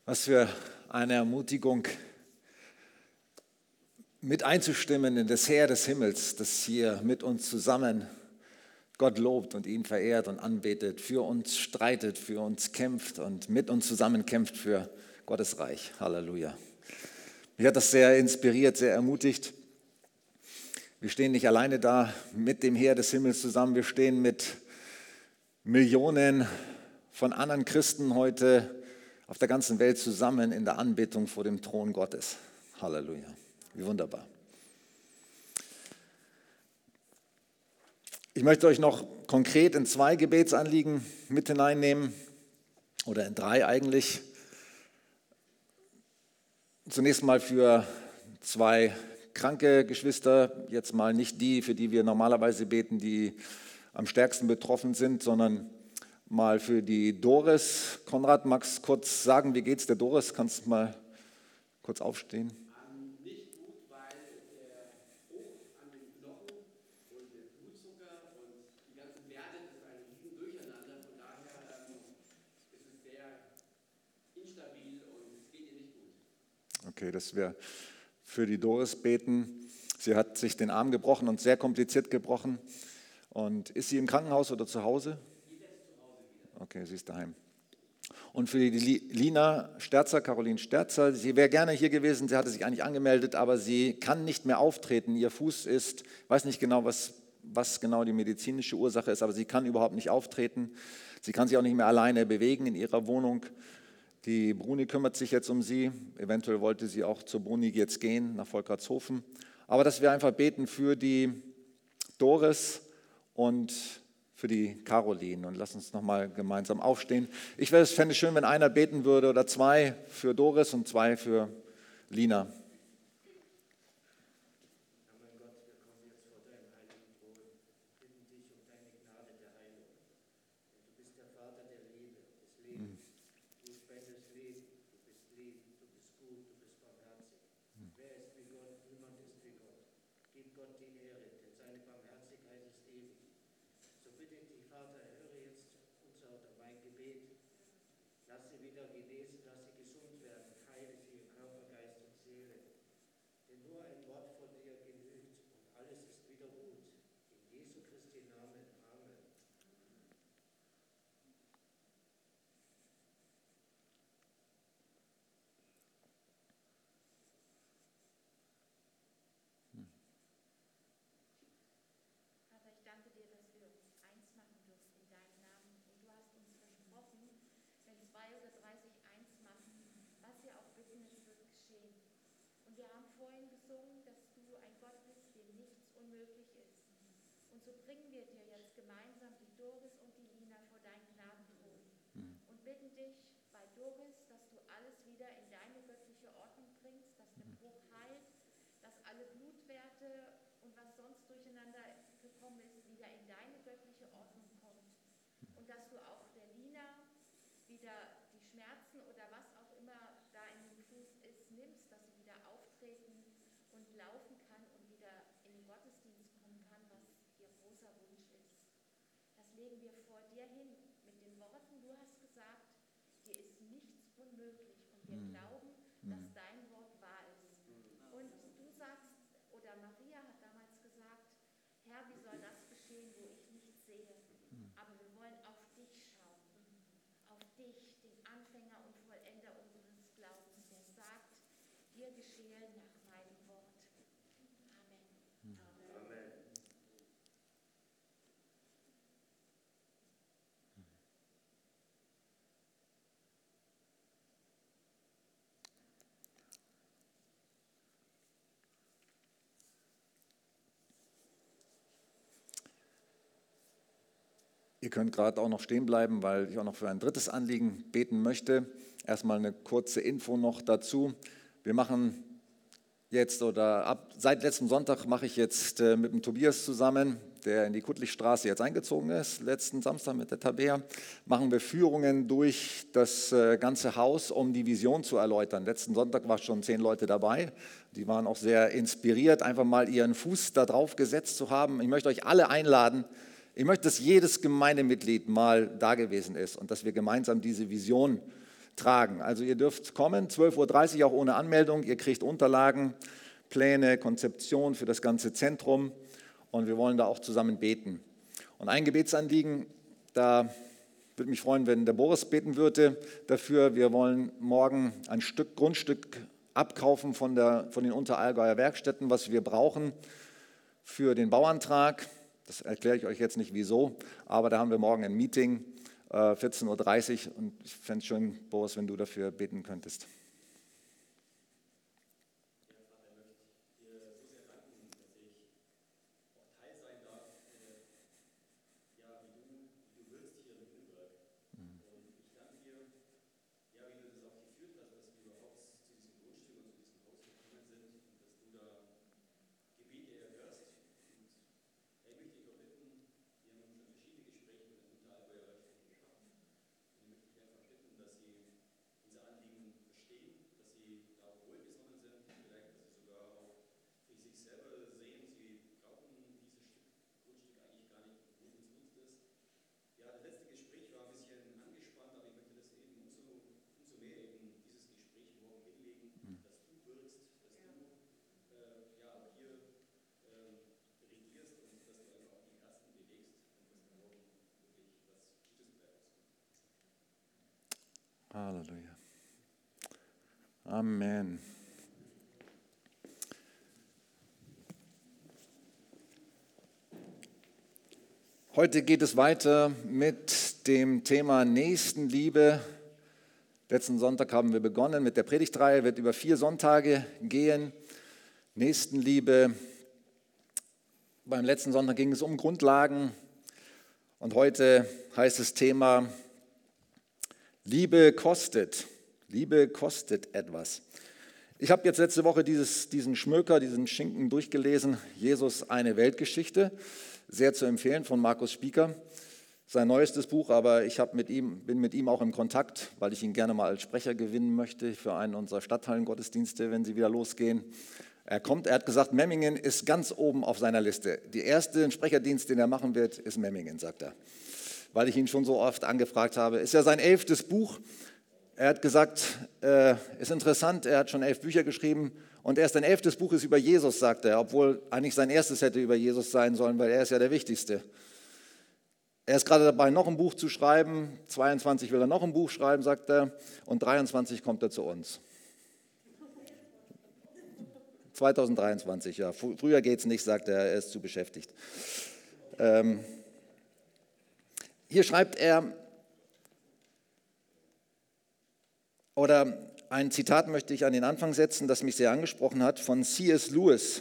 Was für eine Ermutigung, mit einzustimmen in das Heer des Himmels, das hier mit uns zusammen Gott lobt und ihn verehrt und anbetet, für uns streitet, für uns kämpft und mit uns zusammen kämpft für Gottes Reich. Halleluja. Mich hat das sehr inspiriert, sehr ermutigt. Wir stehen nicht alleine da mit dem Heer des Himmels zusammen, wir stehen mit Millionen von anderen Christen heute auf der ganzen Welt zusammen in der Anbetung vor dem Thron Gottes. Halleluja. Wie wunderbar. Ich möchte euch noch konkret in 2 Gebetsanliegen mit hineinnehmen, oder in 3 eigentlich. Zunächst mal für 2 kranke Geschwister, jetzt mal nicht die, für die wir normalerweise beten, die am stärksten betroffen sind, sondern mal für die Doris. Konrad, magst du kurz sagen, wie geht's der Doris? Kannst du mal kurz aufstehen? Nicht gut, weil der Druck an den Knochen und der Blutzucker und die ganzen Werte, das ist ein riesen Durcheinander. Von daher ist es sehr instabil und es geht ihr nicht gut. Okay, dass wir für die Doris beten. Sie hat sich den Arm gebrochen und sehr kompliziert gebrochen. Und ist sie im Krankenhaus oder zu Hause? Okay, sie ist daheim. Und für die Lina Sterzer, Caroline Sterzer, sie wäre gerne hier gewesen, sie hatte sich eigentlich angemeldet, aber sie kann nicht mehr auftreten. Ihr Fuß ist, ich weiß nicht genau, was genau die medizinische Ursache ist, aber sie kann überhaupt nicht auftreten. Sie kann sich auch nicht mehr alleine bewegen in ihrer Wohnung. Die Bruni kümmert sich jetzt um sie. Eventuell wollte sie auch zur Bruni jetzt gehen, nach Volkertshofen. Aber dass wir einfach beten für die Doris und für die Caroline. Und lass uns nochmal gemeinsam aufstehen. Ich fände es schön, wenn einer beten würde oder 2 für Doris und 2 für Lina. Lass sie wieder genesen, lass sie gesund werden, heile sie in Körper, Geist und Seele. Denn nur ein Wort von dir genügt und alles ist wieder gut. In Jesu Christi Namen. Amen. Vater, ich danke dir, dass wir uns eins machen dürfen in deinem Namen. Und du hast uns versprochen, wenn 2 oder 3 sich eins machen, was wir auch bitten, es wird geschehen. Und wir haben vorhin gesungen, dass du ein Gott bist, dem nichts unmöglich ist. Und so bringen wir dir jetzt gemeinsam die Doris und die Lina vor deinen Gnadenthron und bitten dich bei Doris, dass du alles wieder in deine göttliche Ordnung bringst, dass der Bruch heilt, dass alle Blutwerte und was sonst durcheinander gekommen ist, wieder in deine göttliche Ordnung kommt. Und dass du auch der Lina wieder die Schmerzen oder was auch immer da in dem Fuß ist, nimmst, dass sie wieder auftreten und laufen kann und wieder in den Gottesdienst kommen kann, was ihr großer Wunsch ist. Das legen wir vor dir hin mit den Worten, du hast gesagt, dir ist nichts unmöglich und wir glauben, dass dein Wort wahr ist. Und du sagst, oder Maria hat damals gesagt, Herr, wie soll das geschehen, wo ich nichts sehe? Aber wir wollen auf dich schauen, auf dich, den Anfänger und Vollender unseres Glaubens, der sagt, dir geschehe nach meinem Wort. Amen. Amen. Ihr könnt gerade auch noch stehen bleiben, weil ich auch noch für ein 3. Anliegen beten möchte. Erstmal eine kurze Info noch dazu. Wir machen jetzt seit letztem Sonntag mache ich jetzt mit dem Tobias zusammen, der in die Kuttlichstraße jetzt eingezogen ist, letzten Samstag mit der Tabea, machen wir Führungen durch das ganze Haus, um die Vision zu erläutern. Letzten Sonntag waren schon 10 Leute dabei, die waren auch sehr inspiriert, einfach mal ihren Fuß da drauf gesetzt zu haben. Ich möchte euch alle einladen, ich möchte, dass jedes Gemeindemitglied mal da gewesen ist und dass wir gemeinsam diese Vision tragen. Also ihr dürft kommen, 12:30 Uhr auch ohne Anmeldung. Ihr kriegt Unterlagen, Pläne, Konzeption für das ganze Zentrum und wir wollen da auch zusammen beten. Und ein Gebetsanliegen, da würde mich freuen, wenn der Boris beten würde dafür. Wir wollen morgen ein Grundstück abkaufen von den Unterallgäuer Werkstätten, was wir brauchen für den Bauantrag. Das erkläre ich euch jetzt nicht wieso, aber da haben wir morgen ein Meeting, 14:30 Uhr und ich fände es schön, Boris, wenn du dafür beten könntest. Halleluja. Amen. Heute geht es weiter mit dem Thema Nächstenliebe. Letzten Sonntag haben wir begonnen mit der Predigtreihe, wird über 4 Sonntage gehen. Nächstenliebe. Beim letzten Sonntag ging es um Grundlagen und heute heißt das Thema Liebe kostet. Liebe kostet etwas. Ich habe jetzt letzte Woche diesen Schmöker, diesen Schinken durchgelesen, Jesus, eine Weltgeschichte, sehr zu empfehlen von Markus Spieker. Sein neuestes Buch, aber ich bin mit ihm auch im Kontakt, weil ich ihn gerne mal als Sprecher gewinnen möchte für einen unserer Stadthallengottesdienste, wenn sie wieder losgehen. Er hat gesagt, Memmingen ist ganz oben auf seiner Liste. Der erste Sprecherdienst, den er machen wird, ist Memmingen, sagt er. Weil ich ihn schon so oft angefragt habe. Ist ja sein 11. Buch. Er hat gesagt, ist interessant, er hat schon 11 Bücher geschrieben und erst sein 11. Buch ist über Jesus, sagt er, obwohl eigentlich sein erstes hätte über Jesus sein sollen, weil er ist ja der Wichtigste. Er ist gerade dabei, noch ein Buch zu schreiben, 22 will er noch ein Buch schreiben, sagt er, und 23 kommt er zu uns. 2023, ja, früher geht es nicht, sagt er ist zu beschäftigt. Hier schreibt er, oder ein Zitat möchte ich an den Anfang setzen, das mich sehr angesprochen hat, von C.S. Lewis,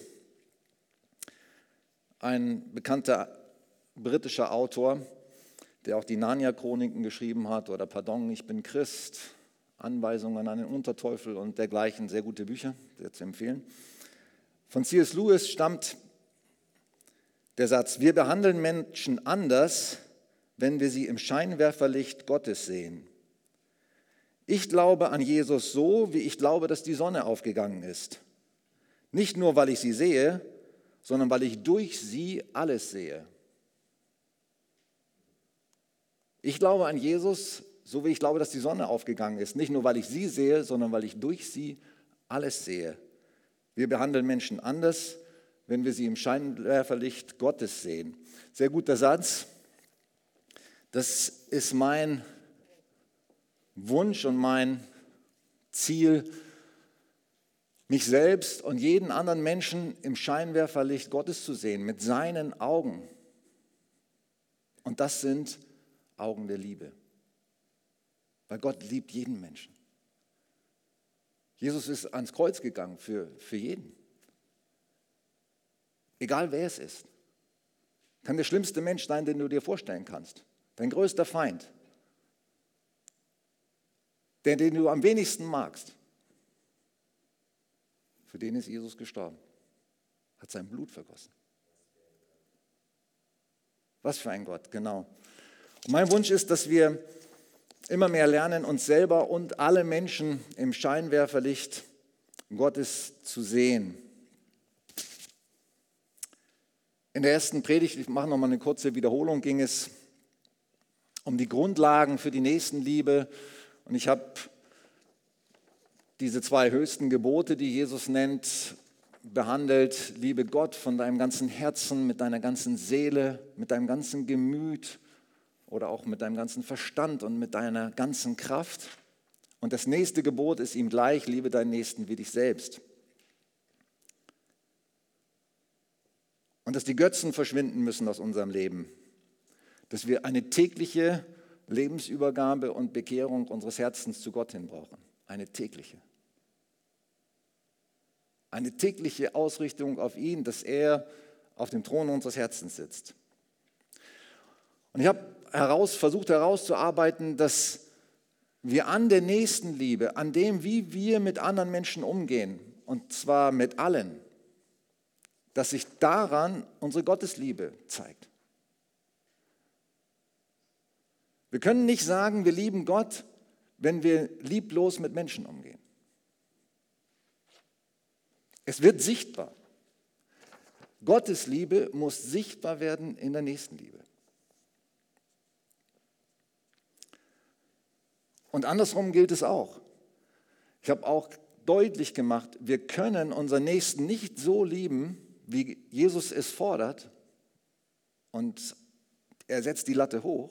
ein bekannter britischer Autor, der auch die Narnia-Chroniken geschrieben hat oder Pardon, ich bin Christ, Anweisungen an den Unterteufel und dergleichen, sehr gute Bücher, sehr zu empfehlen. Von C.S. Lewis stammt der Satz, wir behandeln Menschen anders, wenn wir sie im Scheinwerferlicht Gottes sehen. Ich glaube an Jesus so, wie ich glaube, dass die Sonne aufgegangen ist. Nicht nur, weil ich sie sehe, sondern weil ich durch sie alles sehe. Ich glaube an Jesus so, wie ich glaube, dass die Sonne aufgegangen ist. Nicht nur, weil ich sie sehe, sondern weil ich durch sie alles sehe. Wir behandeln Menschen anders, wenn wir sie im Scheinwerferlicht Gottes sehen. Sehr guter Satz. Das ist mein Wunsch und mein Ziel, mich selbst und jeden anderen Menschen im Scheinwerferlicht Gottes zu sehen, mit seinen Augen. Und das sind Augen der Liebe. Weil Gott liebt jeden Menschen. Jesus ist ans Kreuz gegangen für jeden. Egal wer es ist. Kann der schlimmste Mensch sein, den du dir vorstellen kannst. Dein größter Feind. Den du am wenigsten magst. Für den ist Jesus gestorben. Hat sein Blut vergossen. Was für ein Gott, genau. Und mein Wunsch ist, dass wir immer mehr lernen, uns selber und alle Menschen im Scheinwerferlicht Gottes zu sehen. In der ersten Predigt, ich mache nochmal eine kurze Wiederholung, ging es um die Grundlagen für die Nächstenliebe. Und ich habe diese 2 höchsten Gebote, die Jesus nennt, behandelt: Liebe Gott von deinem ganzen Herzen, mit deiner ganzen Seele, mit deinem ganzen Gemüt oder auch mit deinem ganzen Verstand und mit deiner ganzen Kraft. Und das nächste Gebot ist ihm gleich: Liebe deinen Nächsten wie dich selbst. Und dass die Götzen verschwinden müssen aus unserem Leben. Dass wir eine tägliche Lebensübergabe und Bekehrung unseres Herzens zu Gott hin brauchen. Eine tägliche. Eine tägliche Ausrichtung auf ihn, dass er auf dem Thron unseres Herzens sitzt. Und ich habe versucht herauszuarbeiten, dass wir an der Nächstenliebe, an dem, wie wir mit anderen Menschen umgehen, und zwar mit allen, dass sich daran unsere Gottesliebe zeigt. Wir können nicht sagen, wir lieben Gott, wenn wir lieblos mit Menschen umgehen. Es wird sichtbar. Gottes Liebe muss sichtbar werden in der Nächstenliebe. Und andersrum gilt es auch. Ich habe auch deutlich gemacht, wir können unseren Nächsten nicht so lieben, wie Jesus es fordert, und er setzt die Latte hoch,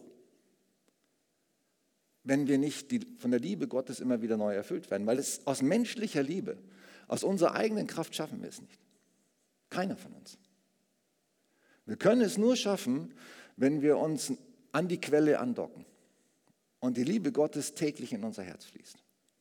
wenn wir nicht von der Liebe Gottes immer wieder neu erfüllt werden. Weil es aus menschlicher Liebe, aus unserer eigenen Kraft schaffen wir es nicht. Keiner von uns. Wir können es nur schaffen, wenn wir uns an die Quelle andocken und die Liebe Gottes täglich in unser Herz fließt.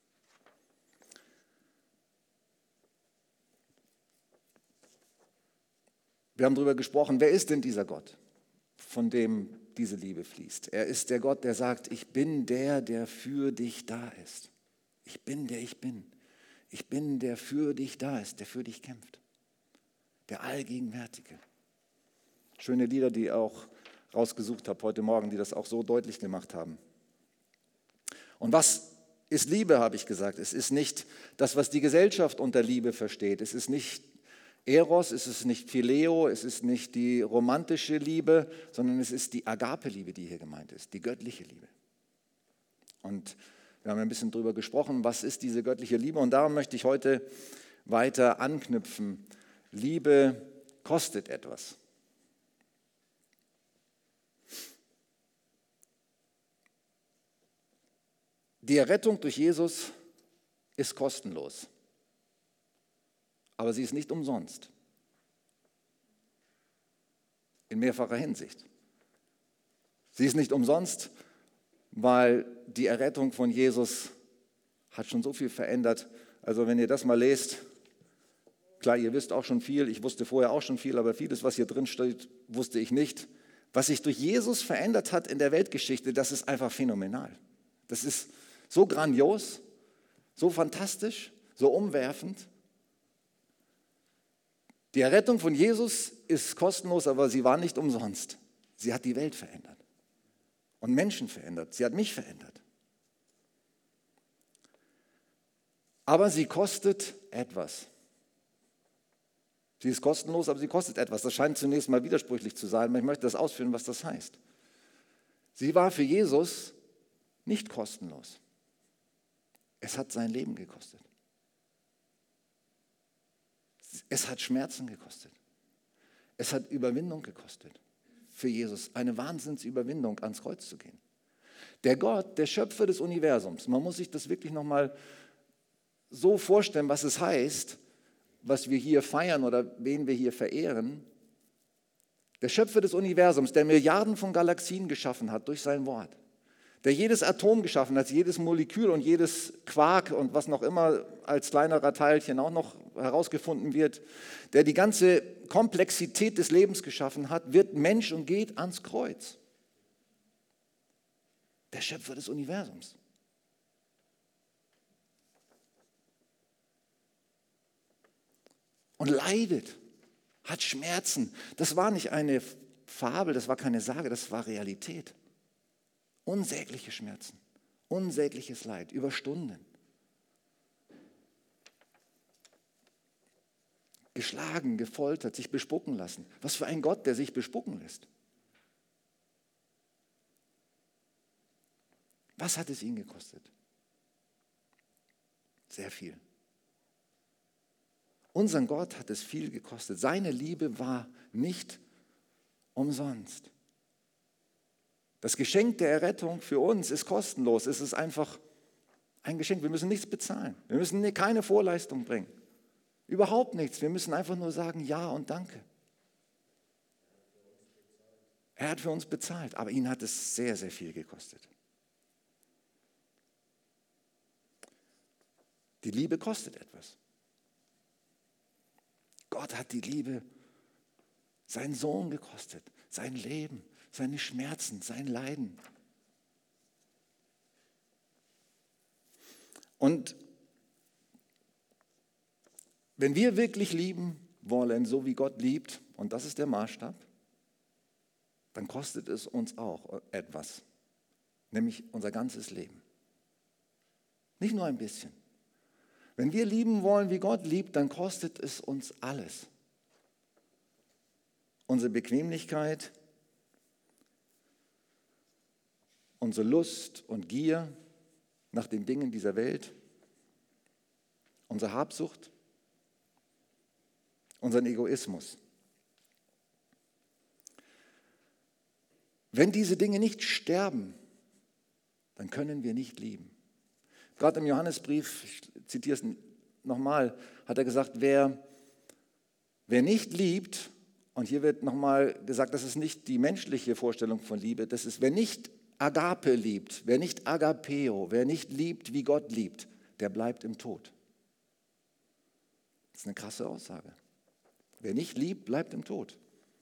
Wir haben darüber gesprochen, wer ist denn dieser Gott, von dem diese Liebe fließt? Er ist der Gott, der sagt: Ich bin der, der für dich da ist. Ich bin der ich bin. Ich bin der für dich da ist, der für dich kämpft. Der Allgegenwärtige. Schöne Lieder, die ich auch rausgesucht habe heute Morgen, die das auch so deutlich gemacht haben. Und was ist Liebe, habe ich gesagt. Es ist nicht das, was die Gesellschaft unter Liebe versteht. Es ist nicht Eros, es ist nicht Phileo, es ist nicht die romantische Liebe, sondern es ist die Agape-Liebe, die hier gemeint ist, die göttliche Liebe. Und wir haben ein bisschen darüber gesprochen, was ist diese göttliche Liebe, und darum möchte ich heute weiter anknüpfen. Liebe kostet etwas. Die Errettung durch Jesus ist kostenlos. Aber sie ist nicht umsonst. In mehrfacher Hinsicht. Sie ist nicht umsonst, weil die Errettung von Jesus hat schon so viel verändert. Also wenn ihr das mal lest, klar, ihr wisst auch schon viel, ich wusste vorher auch schon viel, aber vieles, was hier drin steht, wusste ich nicht. Was sich durch Jesus verändert hat in der Weltgeschichte, das ist einfach phänomenal. Das ist so grandios, so fantastisch, so umwerfend. Die Errettung von Jesus ist kostenlos, aber sie war nicht umsonst. Sie hat die Welt verändert und Menschen verändert. Sie hat mich verändert. Aber sie kostet etwas. Sie ist kostenlos, aber sie kostet etwas. Das scheint zunächst mal widersprüchlich zu sein, aber ich möchte das ausführen, was das heißt. Sie war für Jesus nicht kostenlos. Es hat sein Leben gekostet. Es hat Schmerzen gekostet. Es hat Überwindung gekostet für Jesus. Eine Wahnsinnsüberwindung, ans Kreuz zu gehen. Der Gott, der Schöpfer des Universums, man muss sich das wirklich nochmal so vorstellen, was es heißt, was wir hier feiern oder wen wir hier verehren. Der Schöpfer des Universums, der Milliarden von Galaxien geschaffen hat durch sein Wort. Der jedes Atom geschaffen hat, jedes Molekül und jedes Quark und was noch immer als kleinerer Teilchen auch noch herausgefunden wird, der die ganze Komplexität des Lebens geschaffen hat, wird Mensch und geht ans Kreuz. Der Schöpfer des Universums. Und leidet, hat Schmerzen. Das war nicht eine Fabel, das war keine Sage, das war Realität. Unsägliche Schmerzen, unsägliches Leid über Stunden. Geschlagen, gefoltert, sich bespucken lassen. Was für ein Gott, der sich bespucken lässt. Was hat es ihn gekostet? Sehr viel. Unseren Gott hat es viel gekostet. Seine Liebe war nicht umsonst. Das Geschenk der Errettung für uns ist kostenlos. Es ist einfach ein Geschenk. Wir müssen nichts bezahlen. Wir müssen keine Vorleistung bringen. Überhaupt nichts. Wir müssen einfach nur sagen Ja und Danke. Er hat für uns bezahlt, aber ihn hat es sehr, sehr viel gekostet. Die Liebe kostet etwas. Gott hat die Liebe, seinen Sohn gekostet, sein Leben, seine Schmerzen, sein Leiden. Und wenn wir wirklich lieben wollen, so wie Gott liebt, und das ist der Maßstab, dann kostet es uns auch etwas, nämlich unser ganzes Leben. Nicht nur ein bisschen. Wenn wir lieben wollen, wie Gott liebt, dann kostet es uns alles. Unsere Bequemlichkeit, unsere Lust und Gier nach den Dingen dieser Welt, unsere Habsucht, unseren Egoismus. Wenn diese Dinge nicht sterben, dann können wir nicht lieben. Gerade im Johannesbrief, ich zitiere es nochmal, hat er gesagt, wer nicht liebt, und hier wird nochmal gesagt, das ist nicht die menschliche Vorstellung von Liebe, das ist, wer nicht Agape liebt, wer nicht Agapeo, wer nicht liebt, wie Gott liebt, der bleibt im Tod. Das ist eine krasse Aussage. Wer nicht liebt, bleibt im Tod.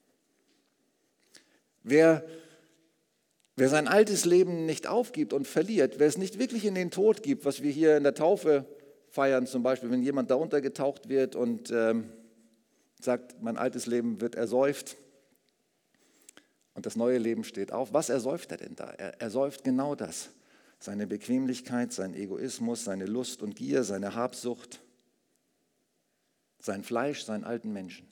Wer sein altes Leben nicht aufgibt und verliert, wer es nicht wirklich in den Tod gibt, was wir hier in der Taufe feiern, zum Beispiel, wenn jemand da untergetaucht wird und sagt, mein altes Leben wird ersäuft und das neue Leben steht auf. Was ersäuft er denn da? Er ersäuft genau das. Seine Bequemlichkeit, sein Egoismus, seine Lust und Gier, seine Habsucht, sein Fleisch, seinen alten Menschen.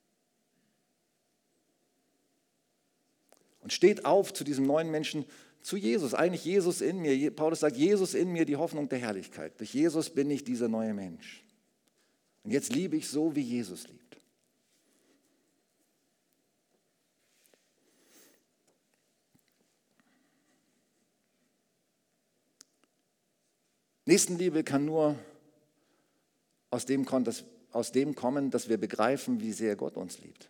Und steht auf zu diesem neuen Menschen, zu Jesus, eigentlich Jesus in mir. Paulus sagt, Jesus in mir, die Hoffnung der Herrlichkeit. Durch Jesus bin ich dieser neue Mensch. Und jetzt liebe ich so, wie Jesus liebt. Nächstenliebe kann nur aus dem kommen, dass wir begreifen, wie sehr Gott uns liebt.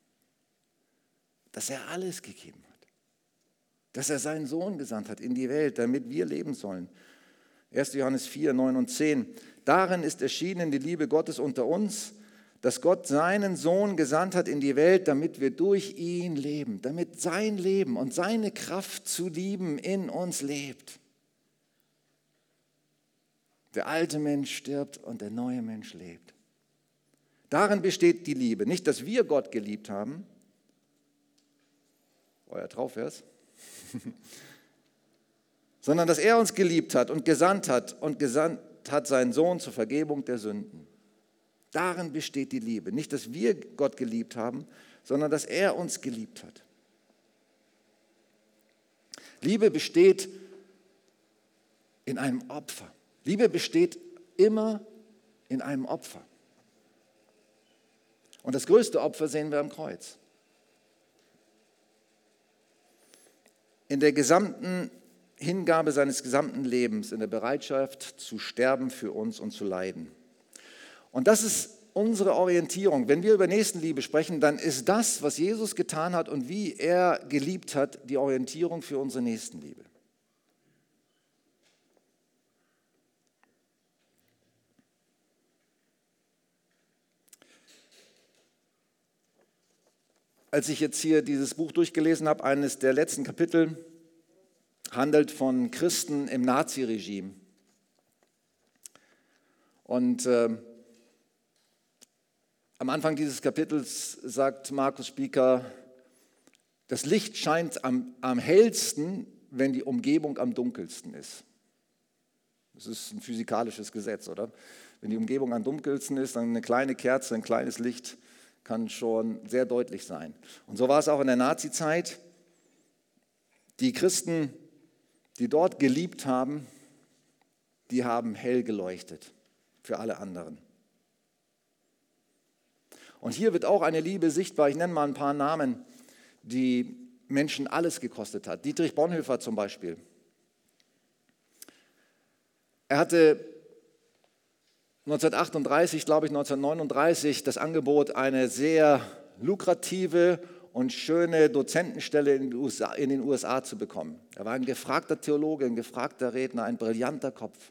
Dass er alles gegeben hat. Dass er seinen Sohn gesandt hat in die Welt, damit wir leben sollen. 1. Johannes 4, 9 und 10. Darin ist erschienen die Liebe Gottes unter uns, dass Gott seinen Sohn gesandt hat in die Welt, damit wir durch ihn leben. Damit sein Leben und seine Kraft zu lieben in uns lebt. Der alte Mensch stirbt und der neue Mensch lebt. Darin besteht die Liebe. Nicht, dass wir Gott geliebt haben. Euer Trauvers. Sondern, dass er uns geliebt hat und gesandt hat seinen Sohn zur Vergebung der Sünden. Darin besteht die Liebe. Nicht, dass wir Gott geliebt haben, sondern, dass er uns geliebt hat. Liebe besteht in einem Opfer. Liebe besteht immer in einem Opfer. Und das größte Opfer sehen wir am Kreuz. In der gesamten Hingabe seines gesamten Lebens, in der Bereitschaft zu sterben für uns und zu leiden. Und das ist unsere Orientierung. Wenn wir über Nächstenliebe sprechen, dann ist das, was Jesus getan hat und wie er geliebt hat, die Orientierung für unsere Nächstenliebe. Als ich jetzt hier dieses Buch durchgelesen habe, eines der letzten Kapitel handelt von Christen im Naziregime. Und am Anfang dieses Kapitels sagt Markus Spieker, das Licht scheint am hellsten, wenn die Umgebung am dunkelsten ist. Das ist ein physikalisches Gesetz, oder? Wenn die Umgebung am dunkelsten ist, dann eine kleine Kerze, ein kleines Licht kann schon sehr deutlich sein. Und so war es auch in der Nazizeit. Die Christen, die dort geliebt haben, die haben hell geleuchtet. für alle anderen. Und hier wird auch eine Liebe sichtbar. Ich nenne mal ein paar Namen, die Menschen alles gekostet hat. Dietrich Bonhoeffer zum Beispiel. Er hatte 1938, glaube ich 1939, das Angebot, eine sehr lukrative und schöne Dozentenstelle in den USA zu bekommen. Er war ein gefragter Theologe, ein gefragter Redner, ein brillanter Kopf.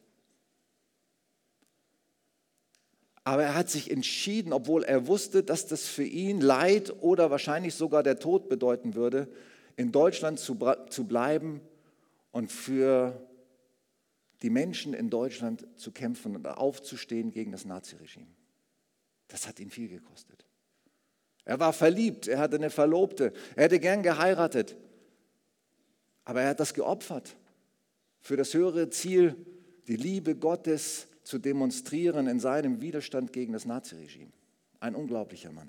Aber er hat sich entschieden, obwohl er wusste, dass das für ihn Leid oder wahrscheinlich sogar der Tod bedeuten würde, in Deutschland zu bleiben und für die Menschen in Deutschland zu kämpfen und aufzustehen gegen das Naziregime. Das hat ihn viel gekostet. Er war verliebt, er hatte eine Verlobte, er hätte gern geheiratet, aber er hat das geopfert für das höhere Ziel, die Liebe Gottes zu demonstrieren in seinem Widerstand gegen das Naziregime. Ein unglaublicher Mann.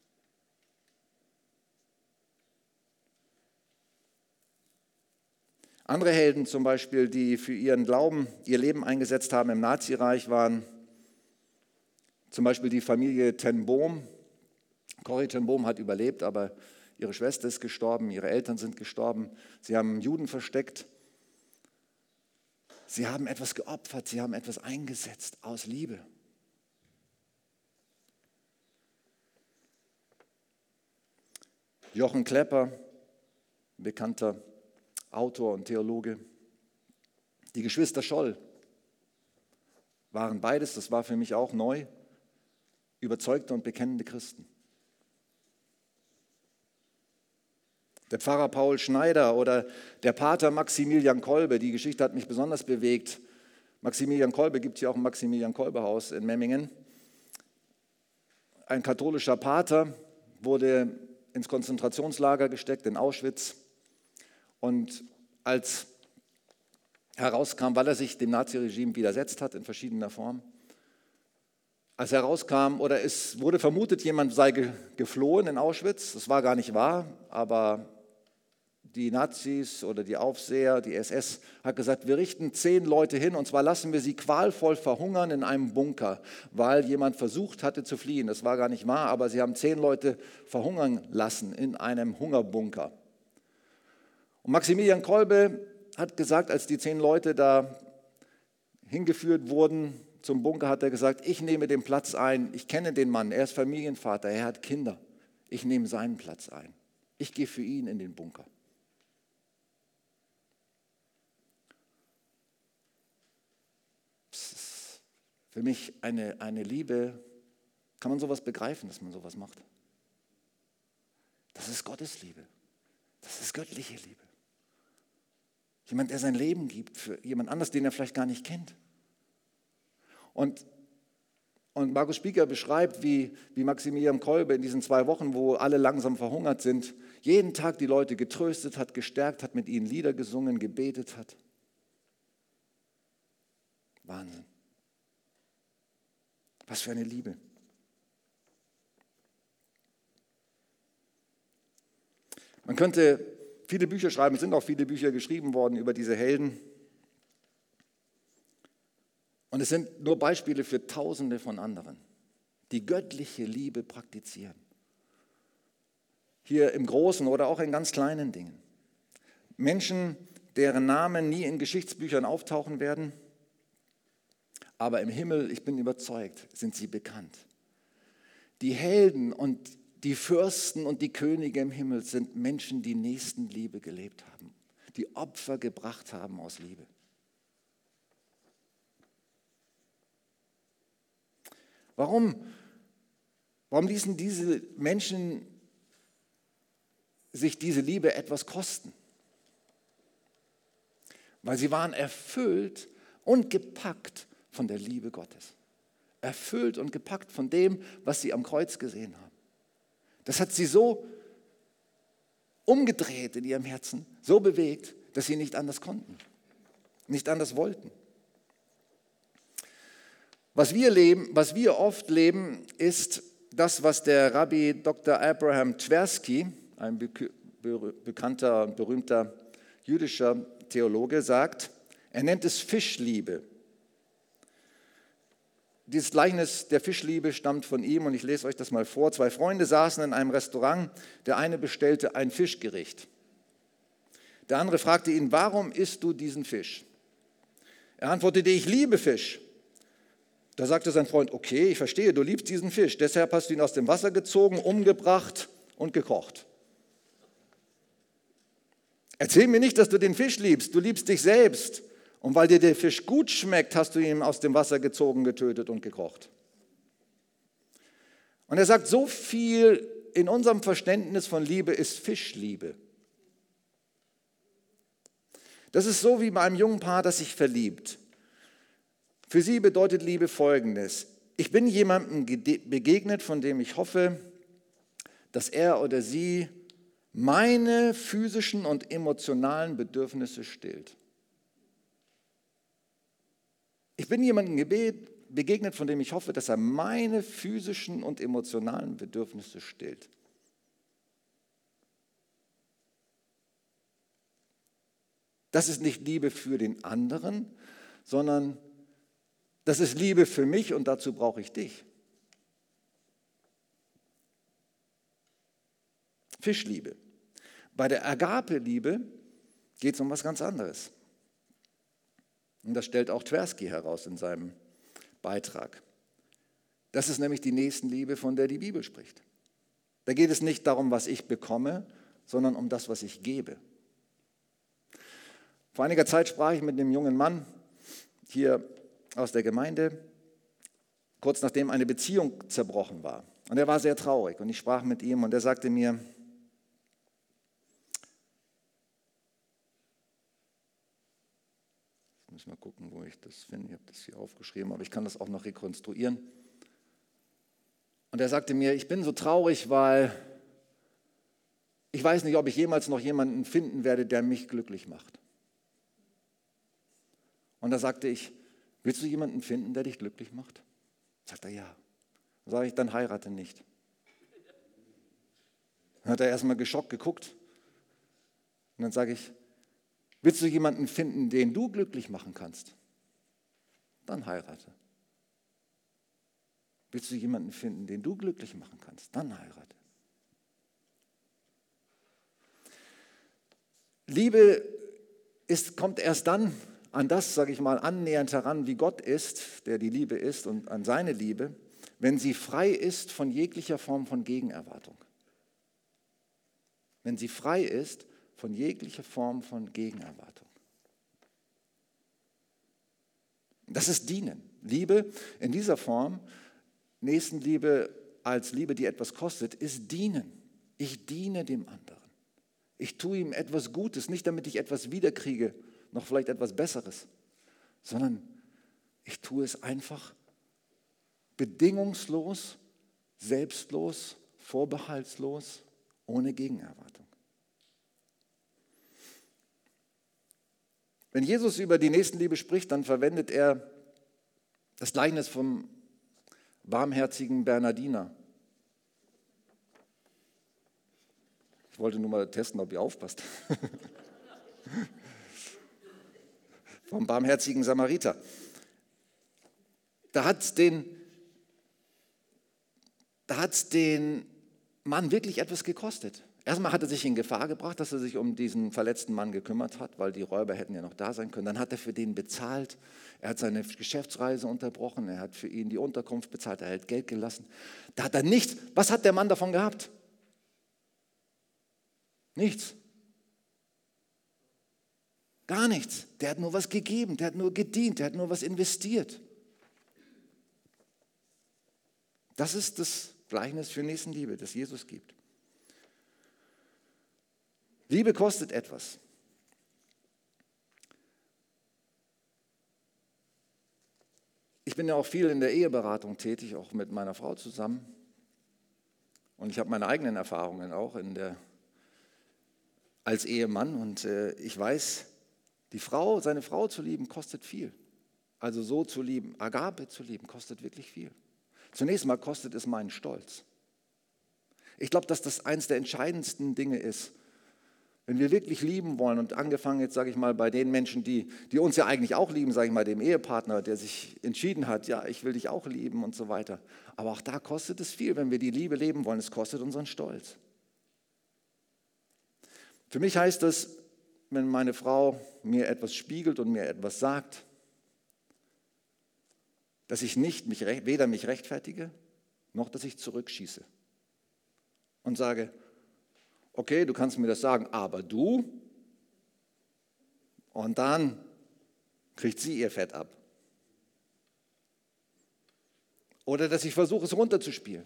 Andere Helden zum Beispiel, die für ihren Glauben ihr Leben eingesetzt haben im Nazireich, waren zum Beispiel die Familie ten Boom. Corrie ten Boom hat überlebt, aber ihre Schwester ist gestorben, ihre Eltern sind gestorben. Sie haben Juden versteckt. Sie haben etwas geopfert, sie haben etwas eingesetzt aus Liebe. Jochen Klepper, bekannter Autor und Theologe. Die Geschwister Scholl waren beides, das war für mich auch neu, überzeugte und bekennende Christen. Der Pfarrer Paul Schneider oder der Pater Maximilian Kolbe, die Geschichte hat mich besonders bewegt. Maximilian Kolbe, gibt es hier auch ein Maximilian-Kolbe-Haus in Memmingen. Ein katholischer Pater, wurde ins Konzentrationslager gesteckt, in Auschwitz. Und als herauskam, weil er sich dem Naziregime widersetzt hat in verschiedener Form, als herauskam oder es wurde vermutet, jemand sei geflohen in Auschwitz, das war gar nicht wahr, aber die Nazis oder die Aufseher, die SS, hat gesagt, wir richten 10 Leute hin und zwar lassen wir sie qualvoll verhungern in einem Bunker, weil jemand versucht hatte zu fliehen. Das war gar nicht wahr, aber sie haben 10 Leute verhungern lassen in einem Hungerbunker. Und Maximilian Kolbe hat gesagt, als die 10 Leute da hingeführt wurden zum Bunker, hat er gesagt, ich nehme den Platz ein, ich kenne den Mann, er ist Familienvater, er hat Kinder, ich nehme seinen Platz ein. Ich gehe für ihn in den Bunker. Das ist für mich eine Liebe, kann man sowas begreifen, dass man sowas macht? Das ist Gottes Liebe, das ist göttliche Liebe. Jemand, der sein Leben gibt für jemand anderes, den er vielleicht gar nicht kennt. Und Markus Spieker beschreibt, wie Maximilian Kolbe in diesen 2 Wochen, wo alle langsam verhungert sind, jeden Tag die Leute getröstet hat, gestärkt hat, mit ihnen Lieder gesungen, gebetet hat. Wahnsinn. Was für eine Liebe. Man könnte viele Bücher schreiben, es sind auch viele Bücher geschrieben worden über diese Helden. Und es sind nur Beispiele für Tausende von anderen, die göttliche Liebe praktizieren. Hier im Großen oder auch in ganz kleinen Dingen. Menschen, deren Namen nie in Geschichtsbüchern auftauchen werden, aber im Himmel, ich bin überzeugt, sind sie bekannt. Die Helden und die Fürsten und die Könige im Himmel sind Menschen, die Nächstenliebe gelebt haben, die Opfer gebracht haben aus Liebe. Warum ließen diese Menschen sich diese Liebe etwas kosten? Weil sie waren erfüllt und gepackt von der Liebe Gottes. Erfüllt und gepackt von dem, was sie am Kreuz gesehen haben. Das hat sie so umgedreht in ihrem Herzen, so bewegt, dass sie nicht anders konnten, nicht anders wollten. Was wir oft leben, ist das, was der Rabbi Dr. Abraham Tversky, ein bekannter und berühmter jüdischer Theologe, sagt. Er nennt es Fischliebe. dieses Gleichnis der Fischliebe stammt von ihm und ich lese euch das mal vor. 2 Freunde saßen in einem Restaurant. Der eine bestellte ein Fischgericht. Der andere fragte ihn, warum isst du diesen Fisch? Er antwortete, ich liebe Fisch. Da sagte sein Freund, okay, ich verstehe, du liebst diesen Fisch. Deshalb hast du ihn aus dem Wasser gezogen, umgebracht und gekocht. Erzähl mir nicht, dass du den Fisch liebst. Du liebst dich selbst. Und weil dir der Fisch gut schmeckt, hast du ihn aus dem Wasser gezogen, getötet und gekocht. Und er sagt, so viel in unserem Verständnis von Liebe ist Fischliebe. Das ist so wie bei einem jungen Paar, das sich verliebt. Für sie bedeutet Liebe Folgendes. Ich bin jemandem begegnet, von dem ich hoffe, dass er oder sie meine physischen und emotionalen Bedürfnisse stillt. Ich bin jemandem begegnet, von dem ich hoffe, dass er meine physischen und emotionalen Bedürfnisse stillt. Das ist nicht Liebe für den anderen, sondern das ist Liebe für mich und dazu brauche ich dich. Fischliebe. Bei der Agape-Liebe geht es um was ganz anderes. Und das stellt auch Tversky heraus in seinem Beitrag. Das ist nämlich die Nächstenliebe, von der die Bibel spricht. Da geht es nicht darum, was ich bekomme, sondern um das, was ich gebe. Vor einiger Zeit sprach ich mit einem jungen Mann hier aus der Gemeinde, kurz nachdem eine Beziehung zerbrochen war. Und er war sehr traurig und ich sprach mit ihm und er sagte mir, ich muss mal gucken, wo ich das finde, ich habe das hier aufgeschrieben, aber ich kann das auch noch rekonstruieren. Und er sagte mir, ich bin so traurig, weil ich weiß nicht, ob ich jemals noch jemanden finden werde, der mich glücklich macht. Und da sagte ich, willst du jemanden finden, der dich glücklich macht? Sagt er, ja. Dann sage ich, dann heirate nicht. Dann hat er erstmal geschockt geguckt. Und dann sage ich, willst du jemanden finden, den du glücklich machen kannst? Dann heirate. Willst du jemanden finden, den du glücklich machen kannst? Dann heirate. Liebe kommt erst dann an das, sage ich mal, annähernd heran, wie Gott ist, der die Liebe ist, und an seine Liebe, wenn sie frei ist von jeglicher Form von Gegenerwartung. Wenn sie frei ist von jeglicher Form von Gegenerwartung. Das ist Dienen. Liebe in dieser Form, Nächstenliebe als Liebe, die etwas kostet, ist Dienen. Ich diene dem anderen. Ich tue ihm etwas Gutes, nicht damit ich etwas wiederkriege, noch vielleicht etwas Besseres, sondern ich tue es einfach bedingungslos, selbstlos, vorbehaltslos, ohne Gegenerwartung. Wenn Jesus über die Nächstenliebe spricht, dann verwendet er das Gleichnis vom barmherzigen Bernardiner. Ich wollte nur mal testen, ob ihr aufpasst. Vom barmherzigen Samariter. Da hat es den Mann wirklich etwas gekostet. Erstmal hat er sich in Gefahr gebracht, dass er sich um diesen verletzten Mann gekümmert hat, weil die Räuber hätten ja noch da sein können. Dann hat er für den bezahlt. Er hat seine Geschäftsreise unterbrochen. Er hat für ihn die Unterkunft bezahlt. Er hat Geld gelassen. Da hat er nichts. Was hat der Mann davon gehabt? Nichts. Gar nichts. Der hat nur was gegeben, der hat nur gedient, der hat nur was investiert. Das ist das Gleichnis für Nächstenliebe, das Jesus gibt. Liebe kostet etwas. Ich bin ja auch viel in der Eheberatung tätig, auch mit meiner Frau zusammen. Und ich habe meine eigenen Erfahrungen auch als Ehemann. Und ich weiß, seine Frau zu lieben, kostet viel. Also so zu lieben, Agape zu lieben, kostet wirklich viel. Zunächst mal kostet es meinen Stolz. Ich glaube, dass das eines der entscheidendsten Dinge ist, wenn wir wirklich lieben wollen und angefangen jetzt, sage ich mal, bei den Menschen, die uns ja eigentlich auch lieben, sage ich mal, dem Ehepartner, der sich entschieden hat, ja, ich will dich auch lieben und so weiter. Aber auch da kostet es viel, wenn wir die Liebe leben wollen. Es kostet unseren Stolz. Für mich heißt das, wenn meine Frau mir etwas spiegelt und mir etwas sagt, dass ich weder mich rechtfertige, noch dass ich zurückschieße und sage, okay, du kannst mir das sagen, aber du, und dann kriegt sie ihr Fett ab. Oder dass ich versuche, es runterzuspielen.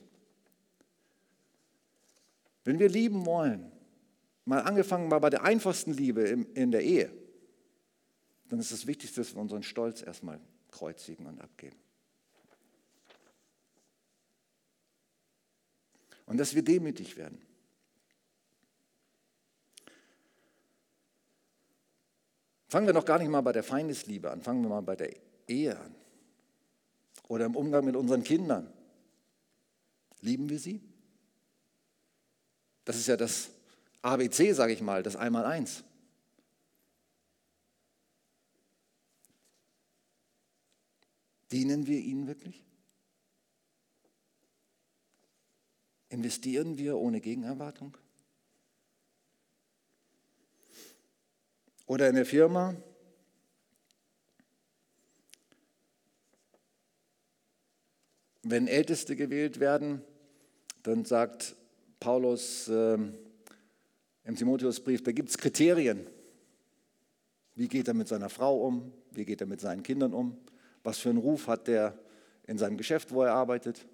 Wenn wir lieben wollen, mal angefangen bei der einfachsten Liebe in der Ehe, dann ist das Wichtigste, dass wir unseren Stolz erstmal kreuzigen und abgeben. Und dass wir demütig werden. Fangen wir noch gar nicht mal bei der Feindesliebe an, fangen wir mal bei der Ehe an. Oder im Umgang mit unseren Kindern. Lieben wir sie? Das ist ja das ABC, sage ich mal, das Einmaleins. Dienen wir ihnen wirklich? Investieren wir ohne Gegenerwartung? Oder in der Firma? Wenn Älteste gewählt werden, dann sagt Paulus im Timotheusbrief, da gibt es Kriterien. Wie geht er mit seiner Frau um? Wie geht er mit seinen Kindern um? Was für einen Ruf hat der in seinem Geschäft, wo er arbeitet?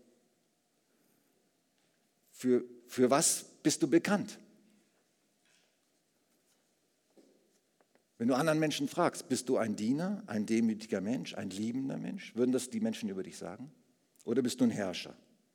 Für was bist du bekannt? Wenn du anderen Menschen fragst, bist du ein Diener, ein demütiger Mensch, ein liebender Mensch? Würden das die Menschen über dich sagen? Oder bist du ein Herrscher?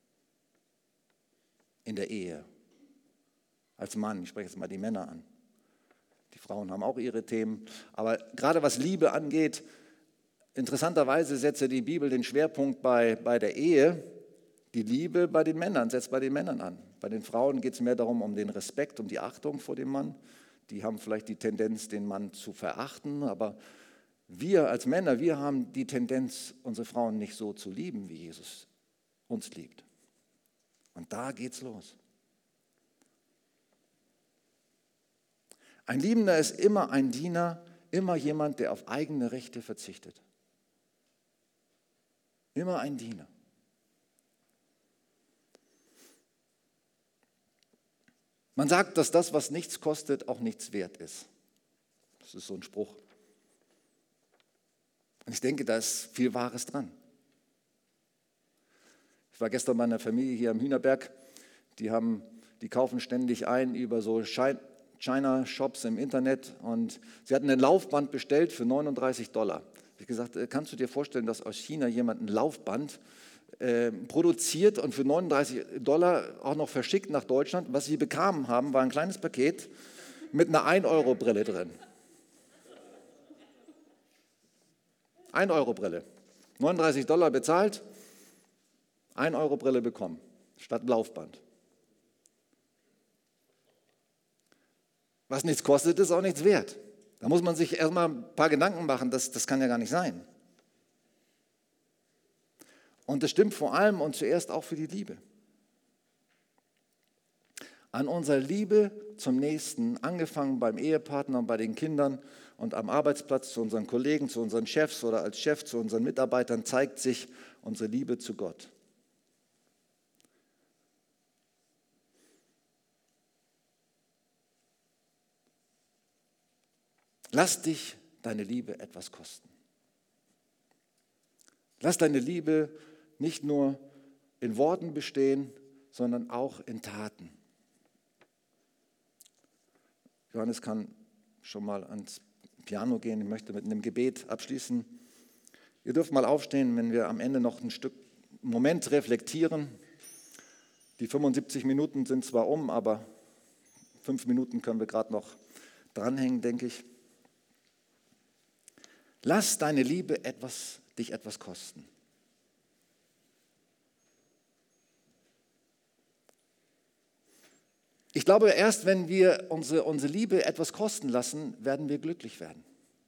In der Ehe. Als Mann, ich spreche jetzt mal die Männer an. Die Frauen haben auch ihre Themen. Aber gerade was Liebe angeht, interessanterweise setzt die Bibel den Schwerpunkt bei der Ehe, die Liebe bei den Männern, setzt bei den Männern an. Bei den Frauen geht es mehr darum, um den Respekt, um die Achtung vor dem Mann. Die haben vielleicht die Tendenz, den Mann zu verachten, aber wir als Männer, wir haben die Tendenz, unsere Frauen nicht so zu lieben, wie Jesus uns liebt. Und da geht's los. Ein Liebender ist immer ein Diener, immer jemand, der auf eigene Rechte verzichtet. Immer ein Diener. Man sagt, dass das, was nichts kostet, auch nichts wert ist. Das ist so ein Spruch. Und ich denke, da ist viel Wahres dran. Ich war gestern bei einer Familie hier am Hühnerberg. Die kaufen ständig ein über so China-Shops im Internet. Und sie hatten ein Laufband bestellt für $39. Ich habe gesagt, kannst du dir vorstellen, dass aus China jemand ein Laufband produziert und für $39 auch noch verschickt nach Deutschland? Was sie bekamen haben, war ein kleines Paket mit einer 1-Euro-Brille drin. 1-Euro-Brille. $39 bezahlt, 1-Euro-Brille bekommen, statt Laufband. Was nichts kostet, ist auch nichts wert. Da muss man sich erstmal ein paar Gedanken machen, das kann ja gar nicht sein. Und das stimmt vor allem und zuerst auch für die Liebe. An unserer Liebe zum Nächsten, angefangen beim Ehepartner und bei den Kindern und am Arbeitsplatz zu unseren Kollegen, zu unseren Chefs oder als Chef zu unseren Mitarbeitern, zeigt sich unsere Liebe zu Gott. Lass dich deine Liebe etwas kosten. Lass deine Liebe nicht nur in Worten bestehen, sondern auch in Taten. Johannes kann schon mal ans Piano gehen. Ich möchte mit einem Gebet abschließen. Ihr dürft mal aufstehen, wenn wir am Ende noch einen Moment reflektieren. Die 75 Minuten sind zwar aber 5 Minuten können wir gerade noch dranhängen, denke ich. Lass deine Liebe dich etwas kosten. Ich glaube, erst wenn wir unsere Liebe etwas kosten lassen, werden wir glücklich werden.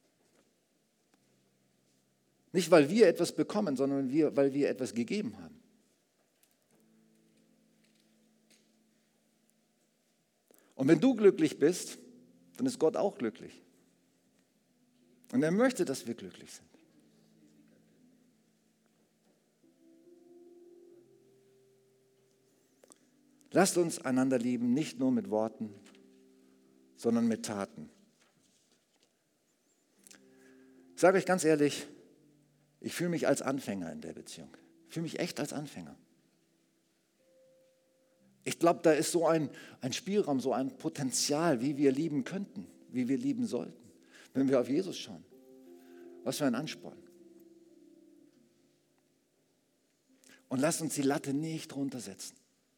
Nicht, weil wir etwas bekommen, sondern weil wir etwas gegeben haben. Und wenn du glücklich bist, dann ist Gott auch glücklich. Und er möchte, dass wir glücklich sind. Lasst uns einander lieben, nicht nur mit Worten, sondern mit Taten. Ich sage euch ganz ehrlich, ich fühle mich als Anfänger in der Beziehung. Ich fühle mich echt als Anfänger. Ich glaube, da ist so ein Spielraum, so ein Potenzial, wie wir lieben könnten, wie wir lieben sollten, wenn wir auf Jesus schauen. Was für ein Ansporn. Und lasst uns die Latte nicht runtersetzen.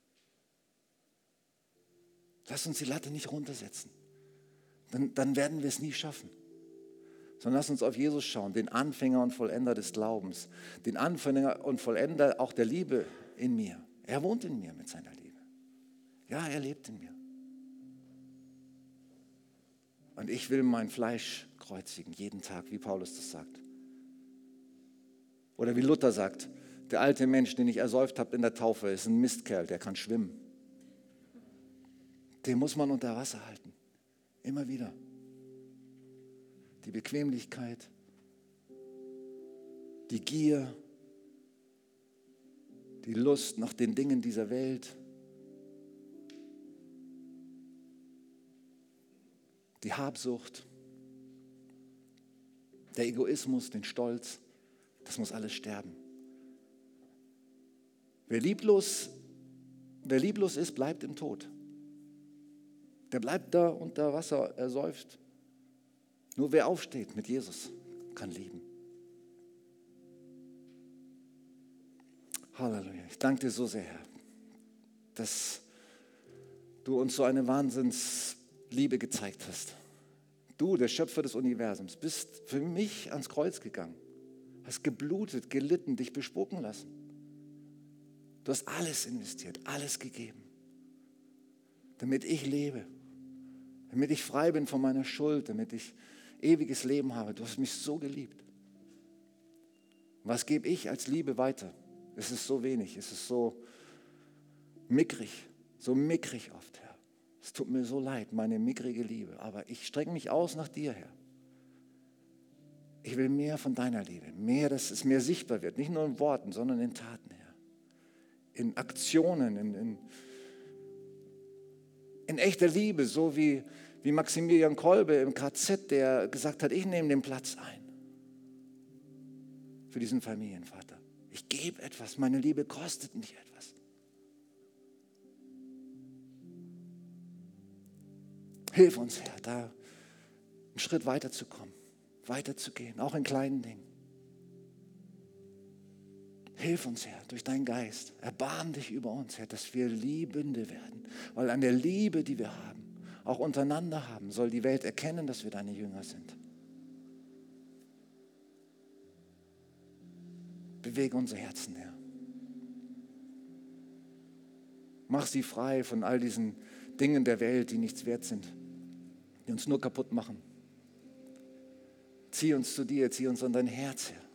Lasst uns die Latte nicht runtersetzen. Dann werden wir es nie schaffen. Sondern lasst uns auf Jesus schauen, den Anfänger und Vollender des Glaubens, den Anfänger und Vollender auch der Liebe in mir. Er wohnt in mir mit seiner Liebe. Ja, er lebt in mir. Und ich will mein Fleisch kreuzigen, jeden Tag, wie Paulus das sagt. Oder wie Luther sagt, der alte Mensch, den ich ersäuft habe in der Taufe, ist ein Mistkerl, der kann schwimmen. Den muss man unter Wasser halten. Immer wieder. Die Bequemlichkeit, die Gier, die Lust nach den Dingen dieser Welt, die Habsucht, der Egoismus, den Stolz, das muss alles sterben. Wer lieblos ist, bleibt im Tod. Der bleibt da unter Wasser, ersäuft. Nur wer aufsteht mit Jesus, kann lieben. Halleluja. Ich danke dir so sehr, Herr, dass du uns so eine Wahnsinnsliebe gezeigt hast. Du, der Schöpfer des Universums, bist für mich ans Kreuz gegangen, hast geblutet, gelitten, dich bespucken lassen. Du hast alles investiert, alles gegeben, damit ich lebe, damit ich frei bin von meiner Schuld, damit ich ewiges Leben habe. Du hast mich so geliebt. Was gebe ich als Liebe weiter? Es ist so wenig, es ist so mickrig oft, Herr. Es tut mir so leid, meine mickrige Liebe, aber ich strecke mich aus nach dir, Herr. Ich will mehr von deiner Liebe, mehr, dass es mehr sichtbar wird, nicht nur in Worten, sondern in Taten, Herr. In Aktionen, in echter Liebe, so wie Maximilian Kolbe im KZ, der gesagt hat, ich nehme den Platz ein für diesen Familienvater. Ich gebe etwas, meine Liebe kostet mich etwas. Hilf uns, Herr, da einen Schritt weiterzukommen, weiterzugehen, auch in kleinen Dingen. Hilf uns, Herr, durch deinen Geist. Erbarm dich über uns, Herr, dass wir Liebende werden. Weil an der Liebe, die wir haben, auch untereinander haben, soll die Welt erkennen, dass wir deine Jünger sind. Bewege unsere Herzen, Herr. Mach sie frei von all diesen Dingen der Welt, die nichts wert sind, die uns nur kaputt machen. Zieh uns zu dir, zieh uns an dein Herz, Herr.